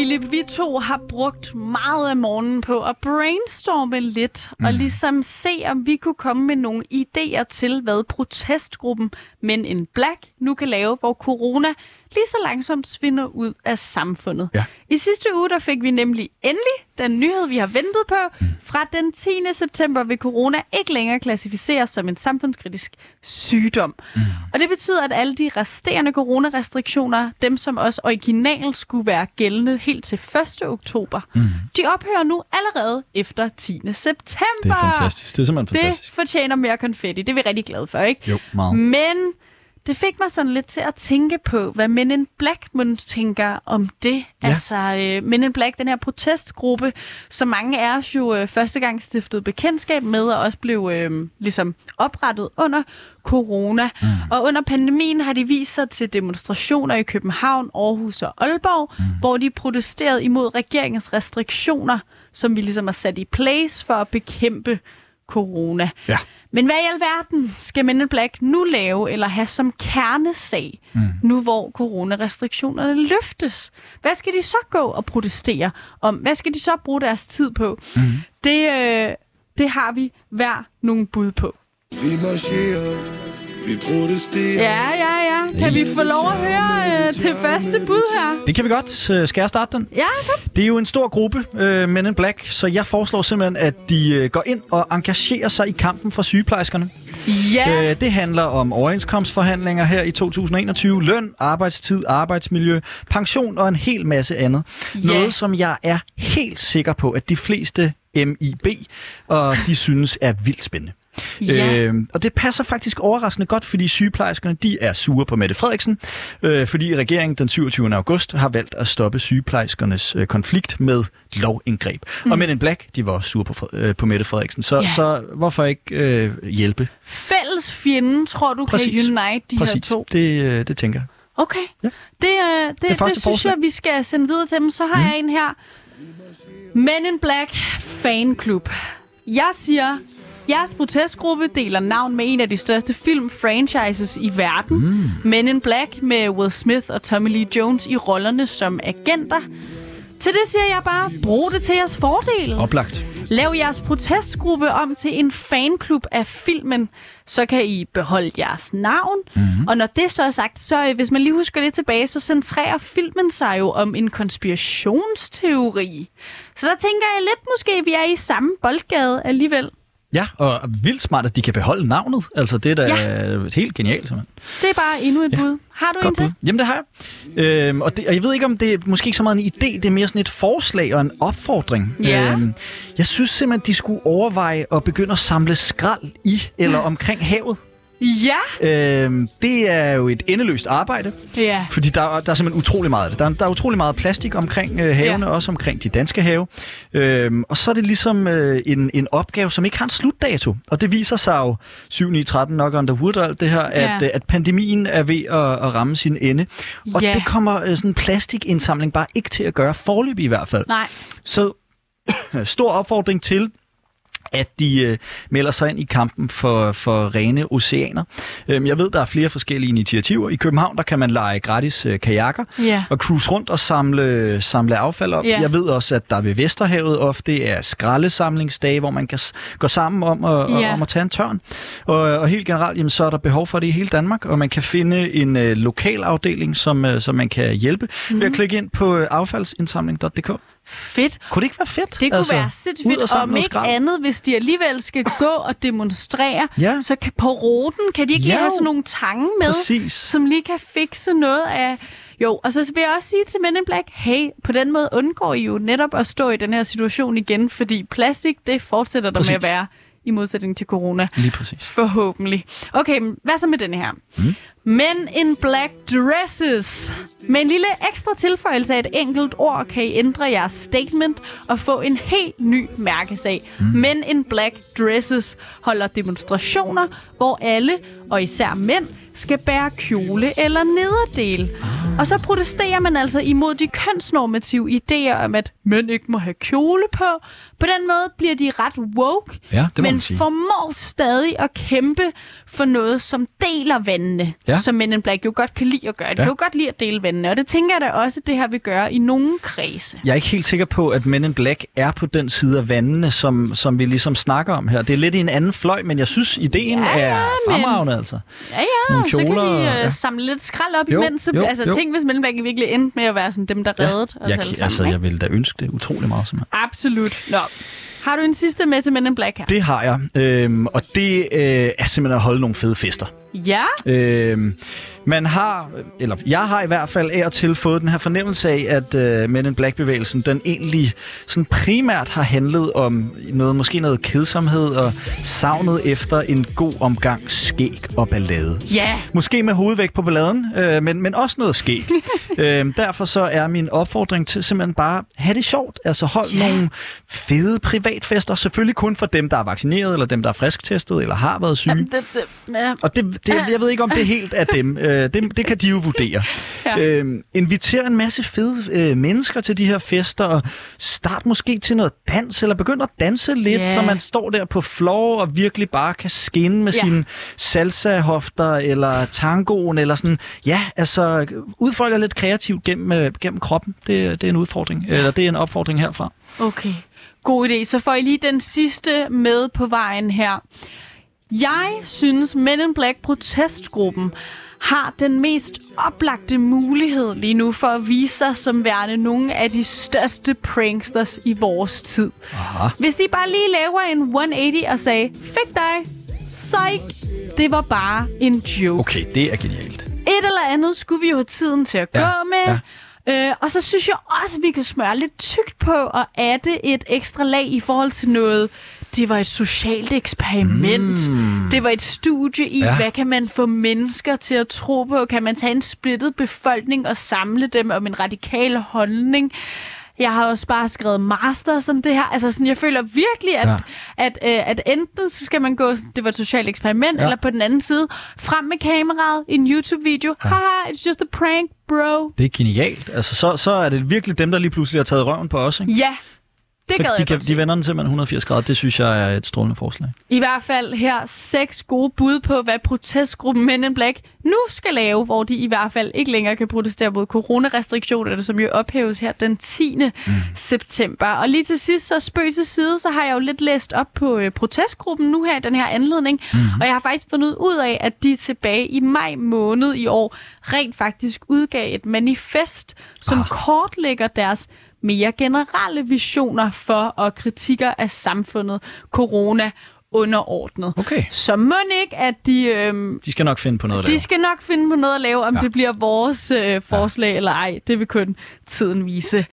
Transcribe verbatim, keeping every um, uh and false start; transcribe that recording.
Philip, vi to har brugt meget af morgenen på at brainstorme lidt, mm. og ligesom se, om vi kunne komme med nogle idéer til, hvad protestgruppen Men in Black nu kan lave, hvor corona lige så langsomt svinder ud af samfundet. Ja. I sidste uge der fik vi nemlig endelig den nyhed, vi har ventet på. Mm. Fra den tiende september vil corona ikke længere klassificeres som en samfundskritisk sygdom. Mm. Og det betyder, at alle de resterende coronarestriktioner, dem som også originalt skulle være gældende helt til første oktober, mm. de ophører nu allerede efter tiende september. Det er fantastisk. Det er simpelthen fantastisk. Det fortjener mere konfetti. Det er vi rigtig glade for, ikke? Jo, meget. Men det fik mig sådan lidt til at tænke på, hvad Men in Black man tænker om det. Ja. Altså, øh, Men in Black, den her protestgruppe, som mange af os jo øh, første gang stiftede bekendtskab med, og også blev øh, ligesom oprettet under corona. Mm. Og under pandemien har de vist sig til demonstrationer i København, Aarhus og Aalborg, mm. hvor de protesterede imod regeringens restriktioner, som vi ligesom har sat i place for at bekæmpe corona. Ja. Men hvad i alverden skal Men in Black nu lave eller have som kernesag, mm. nu hvor coronarestriktionerne løftes? Hvad skal de så gå og protestere om? Hvad skal de så bruge deres tid på? Mm. Det, øh, det har vi hver nogle bud på. Vi marcherer, vi protesterer. Ja, ja, ja. Kan vi få lov at høre øh, til første bud her? Det kan vi godt. Skal jeg starte den? Ja, godt. Det er jo en stor gruppe, øh, Men in Black, så jeg foreslår simpelthen, at de øh, går ind og engagerer sig i kampen for sygeplejerskerne. Ja. Øh, det handler om overenskomstforhandlinger her i to tusind og enogtyve, løn, arbejdstid, arbejdsmiljø, pension og en hel masse andet. Ja. Noget, som jeg er helt sikker på, at de fleste M I B og de synes er vildt spændende. Ja. Øh, og det passer faktisk overraskende godt, fordi sygeplejerskerne de er sure på Mette Frederiksen, øh, fordi regeringen den syvogtyvende august har valgt at stoppe sygeplejerskernes øh, konflikt med lovindgreb. Mm. Og Men in Black, de var også sure på, øh, på Mette Frederiksen, så, ja. så hvorfor ikke øh, hjælpe? Fælles fjenden, tror du, Præcis. kan unite de Præcis. her to? Det, øh, det tænker jeg. Okay. Ja. Det, øh, det, det, det synes forslag. jeg, vi skal sende videre til dem. Så har mm. jeg en her. Men in Black Fanklub. Jeg siger, jeres protestgruppe deler navn med en af de største filmfranchises i verden. Mm. Men in Black med Will Smith og Tommy Lee Jones i rollerne som agenter. Til det siger jeg bare, brug det til jeres fordel. Oplagt. Lav jeres protestgruppe om til en fanklub af filmen, så kan I beholde jeres navn. Mm-hmm. Og når det så er sagt, så hvis man lige husker det tilbage, så centrerer filmen sig jo om en konspirationsteori. Så der tænker jeg lidt måske, at vi er i samme boldgade alligevel. Ja, og vildt smart, at de kan beholde navnet. Altså, det er da ja. helt genialt, simpelthen. Det er bare endnu et ja. bud. Har du Godt en til? Bud. Jamen, det har jeg. Øhm, og, det, og jeg ved ikke, om det er måske ikke så meget en idé, det er mere sådan et forslag og en opfordring. Ja. Øhm, jeg synes simpelthen, de skulle overveje at begynde at samle skrald i eller omkring havet. Ja. Øhm, det er jo et endeløst arbejde, ja. fordi der, der er simpelthen utrolig meget af det. Der, der er utrolig meget plastik omkring øh, havene, ja. også omkring de danske have. Øhm, og så er det ligesom øh, en, en opgave, som ikke har en slutdato. Og det viser sig jo syv ni tretten nok on the wood og alt det her, ja. at, øh, at pandemien er ved at, at ramme sin ende. Og ja. det kommer øh, sådan en plastikindsamling bare ikke til at gøre, foreløbig i hvert fald. Nej. Så stor opfordring til, at de øh, melder sig ind i kampen for, for rene oceaner. Øhm, jeg ved, der er flere forskellige initiativer. I København, der kan man leje gratis øh, kajakker yeah. og cruise rundt og samle, samle affald op. Yeah. Jeg ved også, at der ved Vesterhavet ofte er skraldesamlingsdage, hvor man kan s- gå sammen om at, yeah. om at tage en tørn. Og, og helt generelt, jamen, så er der behov for det i hele Danmark, og man kan finde en øh, lokal afdeling, som, øh, som man kan hjælpe mm. ved at klikke ind på affaldsindsamling punktum d k. Fedt. Kunne det ikke være fedt? Det kunne altså, være sindssygt fedt, og om ikke skrald. andet, hvis de alligevel skal gå og demonstrere, ja. så kan, på ruten kan de ikke lige jo. have sådan nogle tange med, Præcis. som lige kan fikse noget af... Jo, og så vil jeg også sige til Men in Black, hey, på den måde undgår I jo netop at stå i den her situation igen, fordi plastik, det fortsætter der med at være, i modsætning til corona. Lige præcis. Forhåbentlig. Okay, hvad så med den her? Mm. Men in Black Dresses. Med en lille ekstra tilføjelse af et enkelt ord, kan I ændre jeres statement og få en helt ny mærkesag. Mm. Men in Black Dresses holder demonstrationer, hvor alle, og især mænd, skal bære kjole eller nederdel. Ah. Og så protesterer man altså imod de kønsnormative idéer om, at mænd ikke må have kjole på. På den måde bliver de ret woke, ja, det men formår stadig at kæmpe for noget, som deler vandene, ja. Som Men in Black jo godt kan lide at gøre. De ja. Kan jo godt lide at dele vandene, og det tænker jeg da også, at det her vil gøre i nogle kredse. Jeg er ikke helt sikker på, at Men in Black er på den side af vandene, som, som vi ligesom snakker om her. Det er lidt i en anden fløj, men jeg synes, ideen ja, er fremragende, altså. Ja, ja, kjoler, så kan de uh, ja. samle lidt skrald op jo, imens. Jo, altså, jo. Tænk, hvis Men in Black virkelig endte med at være sådan dem, der ja. reddede os jeg, alle sammen. Altså, jeg ville da ønske det utrolig meget, simpelthen. Absolut. Nå. Har du en sidste med til Men in Black her? Det har jeg, øhm, og det øh, er simpelthen at holde nogle fede fester. Ja? Øhm, man har, eller jeg har i hvert fald af og til fået den her fornemmelse af, at øh, Men in Black-bevægelsen, den egentlig sådan primært har handlet om noget, måske noget kedsomhed og savnet efter en god omgang skæg og ballade. Ja! Yeah. Måske med hovedvægt på balladen, øh, men, men også noget skæg. øhm, derfor så er min opfordring til simpelthen bare have det sjovt. Altså hold yeah. nogle fede privatfester, selvfølgelig kun for dem, der er vaccineret, eller dem, der er frisktestet, eller har været syge. Jamen, det, det, ja. Og det, det, jeg ved ikke, om det er helt af dem. Det, det kan de jo vurdere. Ja. Øhm, inviter en masse fede øh, mennesker til de her fester, og start måske til noget dans, eller begynd at danse lidt, yeah. så man står der på floor og virkelig bare kan skinne med yeah. sine salsa-hofter, eller tangoen, eller sådan. Ja, altså, udfolder lidt kreativt gennem, øh, gennem kroppen. Det, det er en udfordring, ja. eller det er en opfordring herfra. Okay, god idé. Så får I lige den sidste med på vejen her. Jeg synes, Men in Black protestgruppen har den mest oplagte mulighed lige nu for at vise sig som værende nogle af de største pranksters i vores tid. Aha. Hvis de bare lige laver en et hundrede otte og sagde, fik dig, psych, det var bare en joke. Okay, det er genialt. Et eller andet skulle vi jo have tiden til at ja. gå med. Ja. Øh, og så synes jeg også, at vi kan smøre lidt tykt på og adde et ekstra lag i forhold til noget. Det var et socialt eksperiment. Mm. Det var et studie i, ja. hvad kan man få mennesker til at tro på? Kan man tage en splittet befolkning og samle dem om en radikal holdning? Jeg har også bare skrevet master som det her. Altså sådan, jeg føler virkelig, at, ja. at, at, at enten så skal man gå, det var et socialt eksperiment, ja. eller på den anden side, frem med kameraet i en YouTube-video. Ja. Haha, it's just a prank, bro. Det er genialt. Altså, så, så er det virkelig dem, der lige pludselig har taget røven på os, ikke? Ja. Det så de, kan, de vender den simpelthen et hundrede og firs grader. Det synes jeg er et strålende forslag. I hvert fald her seks gode bud på, hvad protestgruppen Men in Black nu skal lave, hvor de i hvert fald ikke længere kan protestere mod coronarestriktionerne, som jo ophæves her den tiende Mm. september. Og lige til sidst, så spøg til side, så har jeg jo lidt læst op på øh, protestgruppen nu her i den her anledning. Mm-hmm. Og jeg har faktisk fundet ud af, at de tilbage i maj måned i år rent faktisk udgav et manifest, som ah. kortlægger deres mere generelle visioner for og kritikker af samfundet corona underordnet. Okay. Så må ikke, at de... Øhm, de skal nok finde på noget at lave. De skal nok finde på noget at lave, om ja. det bliver vores øh, forslag ja. eller ej. Det vil kun tiden vise.